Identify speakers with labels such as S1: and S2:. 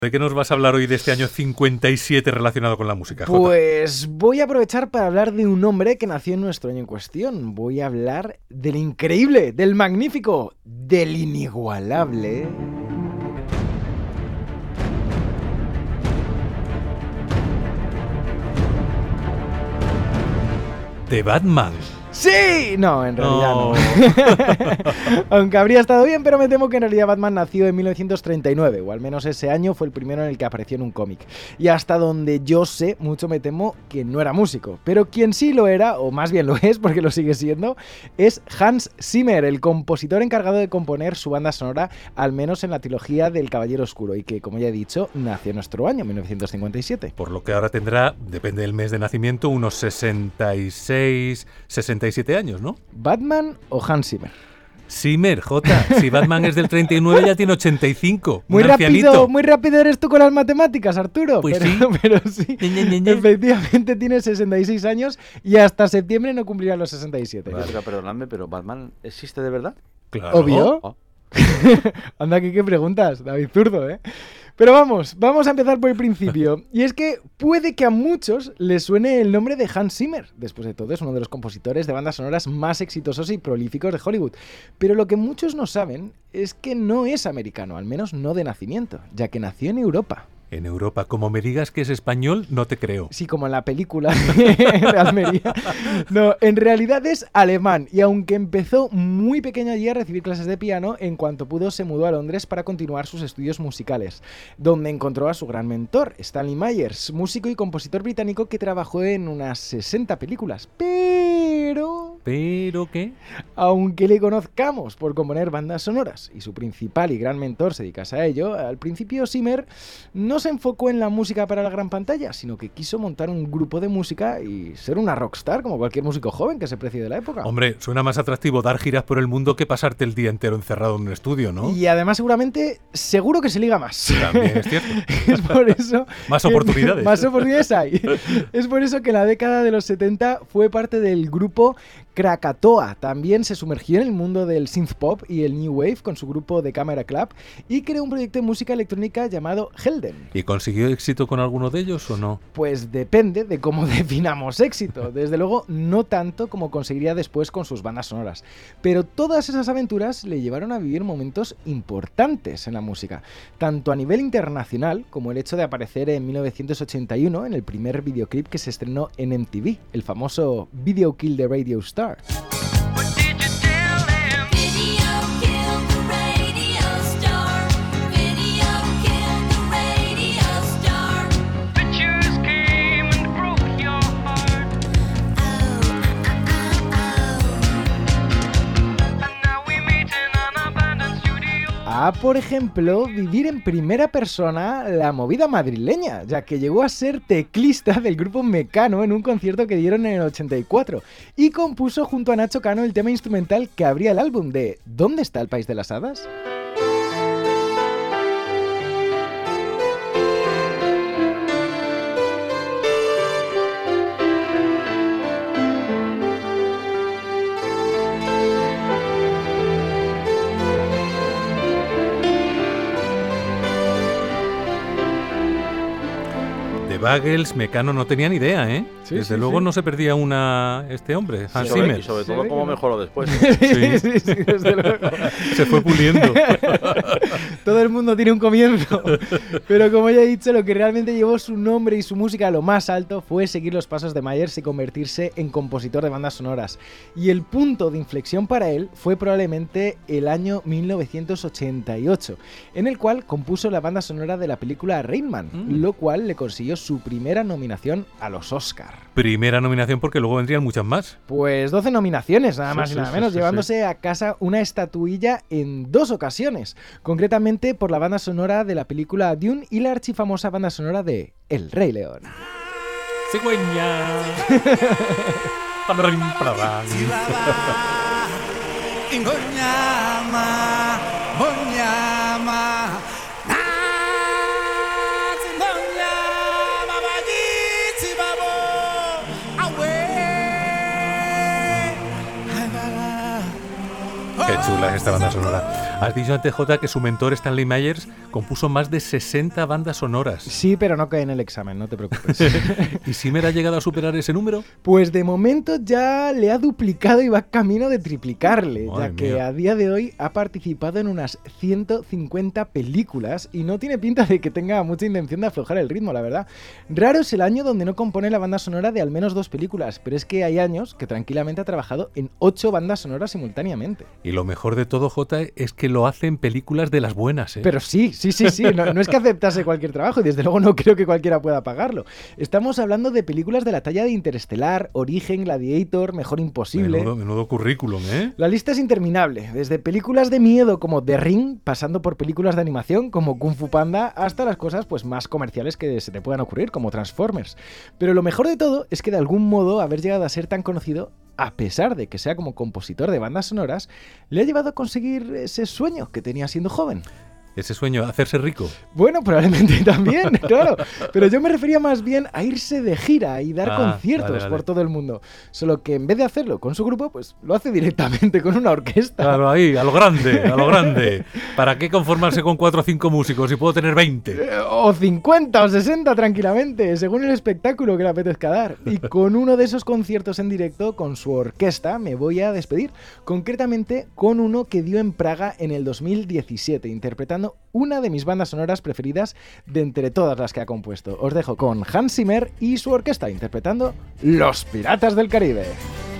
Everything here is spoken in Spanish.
S1: ¿De qué nos vas a hablar hoy de este año 57 relacionado con la música, Jota?
S2: Pues voy a aprovechar para hablar de un hombre que nació en nuestro año en cuestión. Voy a hablar del increíble, del magnífico, del inigualable...
S1: ¿De Batman?
S2: ¡Sí! No, en realidad no. Aunque habría estado bien, pero me temo que en realidad Batman nació en 1939, o al menos ese año fue el primero en el que apareció en un cómic. Y hasta donde yo sé, mucho me temo que no era músico. Pero quien sí lo era, o más bien lo es, porque lo sigue siendo, es Hans Zimmer, el compositor encargado de componer su banda sonora, al menos en la trilogía del Caballero Oscuro, y que, como ya he dicho, nació en nuestro año, 1957.
S1: Por lo que ahora tendrá, depende del mes de nacimiento, unos 66, 67 años, ¿no?
S2: ¿Batman o Hans Zimmer?
S1: Zimmer, Jota. Si Batman es del 39, ya tiene 85.
S2: Muy rápido eres tú con las matemáticas, Arturo.
S1: Pues
S2: pero sí. Efectivamente tiene 66 años y hasta septiembre no cumplirá los 67.
S3: Vale. Perdonadme, pero ¿Batman existe de verdad?
S1: Claro.
S2: Obvio.
S3: Oh.
S2: Anda, aquí qué preguntas, David Zurdo, ¿eh? Pero vamos a empezar por el principio. Y es que puede que a muchos les suene el nombre de Hans Zimmer. Después de todo, es uno de los compositores de bandas sonoras más exitosos y prolíficos de Hollywood. Pero lo que muchos no saben es que no es americano, al menos no de nacimiento, ya que nació en Europa.
S1: En Europa, como me digas que es español, no te creo.
S2: Sí, como en la película de Almería. No, en realidad es alemán y aunque empezó muy pequeño allí a recibir clases de piano, en cuanto pudo se mudó a Londres para continuar sus estudios musicales, donde encontró a su gran mentor, Stanley Myers, músico y compositor británico que trabajó en unas 60 películas.
S1: ¿Pero qué?
S2: Aunque le conozcamos por componer bandas sonoras y su principal y gran mentor se dedicase a ello, al principio Zimmer no se enfocó en la música para la gran pantalla, sino que quiso montar un grupo de música y ser una rockstar como cualquier músico joven que se precie de la época.
S1: Hombre, suena más atractivo dar giras por el mundo que pasarte el día entero encerrado en un estudio, ¿no?
S2: Y además seguro que se liga más.
S1: También es cierto.
S2: Es por eso
S1: más oportunidades.
S2: Más oportunidades hay. Es por eso que en la década de los 70 fue parte del grupo Krakatoa. También se sumergió en el mundo del synth pop y el new wave con su grupo de Camera Club y creó un proyecto de música electrónica llamado Helden.
S1: ¿Y consiguió éxito con alguno de ellos o no?
S2: Pues depende de cómo definamos éxito. Desde luego, no tanto como conseguiría después con sus bandas sonoras. Pero todas esas aventuras le llevaron a vivir momentos importantes en la música, tanto a nivel internacional como el hecho de aparecer en 1981 en el primer videoclip que se estrenó en MTV, el famoso Video Kill the Radio Star. Por ejemplo, vivir en primera persona la movida madrileña, ya que llegó a ser teclista del grupo Mecano en un concierto que dieron en el 84 y compuso junto a Nacho Cano el tema instrumental que abría el álbum de ¿Dónde está el país de las hadas?
S1: Bagels, Mecano, no tenía ni idea, ¿eh?
S2: Sí,
S1: Desde luego no se perdía una este hombre, Hans Zimmer.
S3: Y sobre todo cómo mejoró después.
S2: Sí, desde luego.
S1: Se fue puliendo.
S2: Todo el mundo tiene un comienzo. Pero como ya he dicho, lo que realmente llevó su nombre y su música a lo más alto fue seguir los pasos de Myers y convertirse en compositor de bandas sonoras. Y el punto de inflexión para él fue probablemente el año 1988, en el cual compuso la banda sonora de la película Rain Man, lo cual le consiguió su primera nominación a los Oscar.
S1: Primera nominación porque luego vendrían muchas más.
S2: Pues 12 nominaciones, nada más y nada menos, llevándose a casa una estatuilla en 2 ocasiones, concretamente por la banda sonora de la película Dune y la archifamosa banda sonora de El Rey León.
S1: ¡Cigüeña! Qué chula es esta banda sonora. Has dicho antes, Jota, que su mentor Stanley Myers compuso más de 60 bandas sonoras.
S2: Sí, pero no cae en el examen, no te preocupes.
S1: ¿Y Zimmer ha llegado a superar ese número?
S2: Pues de momento ya le ha duplicado y va camino de triplicarle,
S1: Madre
S2: ya que
S1: mía.
S2: a día de hoy ha participado en unas 150 películas y no tiene pinta de que tenga mucha intención de aflojar el ritmo, la verdad. Raro es el año donde no compone la banda sonora de al menos 2 películas, pero es que hay años que tranquilamente ha trabajado en 8 bandas sonoras simultáneamente.
S1: Y lo mejor de todo, Jota, es que lo hace en películas de las buenas, ¿eh?
S2: Pero sí, no es que aceptase cualquier trabajo y desde luego no creo que cualquiera pueda pagarlo. Estamos hablando de películas de la talla de Interestelar, Origen, Gladiator, Mejor Imposible.
S1: Menudo currículum, ¿eh?
S2: La lista es interminable, desde películas de miedo como The Ring, pasando por películas de animación como Kung Fu Panda, hasta las cosas pues más comerciales que se te puedan ocurrir como Transformers. Pero lo mejor de todo es que de algún modo haber llegado a ser tan conocido, a pesar de que sea como compositor de bandas sonoras, le ha llevado a conseguir ese sueño que tenía siendo joven.
S1: Ese sueño, hacerse rico.
S2: Bueno, probablemente también, claro. Pero yo me refería más bien a irse de gira y dar conciertos
S1: vale.
S2: por todo el mundo. Solo que en vez de hacerlo con su grupo, pues lo hace directamente con una orquesta.
S1: Claro, ahí, a lo grande, a lo grande. ¿Para qué conformarse con 4 o 5 músicos si puedo tener 20?
S2: O 50 o 60 tranquilamente, según el espectáculo que le apetezca dar. Y con uno de esos conciertos en directo, con su orquesta, me voy a despedir. Concretamente con uno que dio en Praga en el 2017, interpretando una de mis bandas sonoras preferidas de entre todas las que ha compuesto. Os dejo con Hans Zimmer y su orquesta interpretando Los Piratas del Caribe.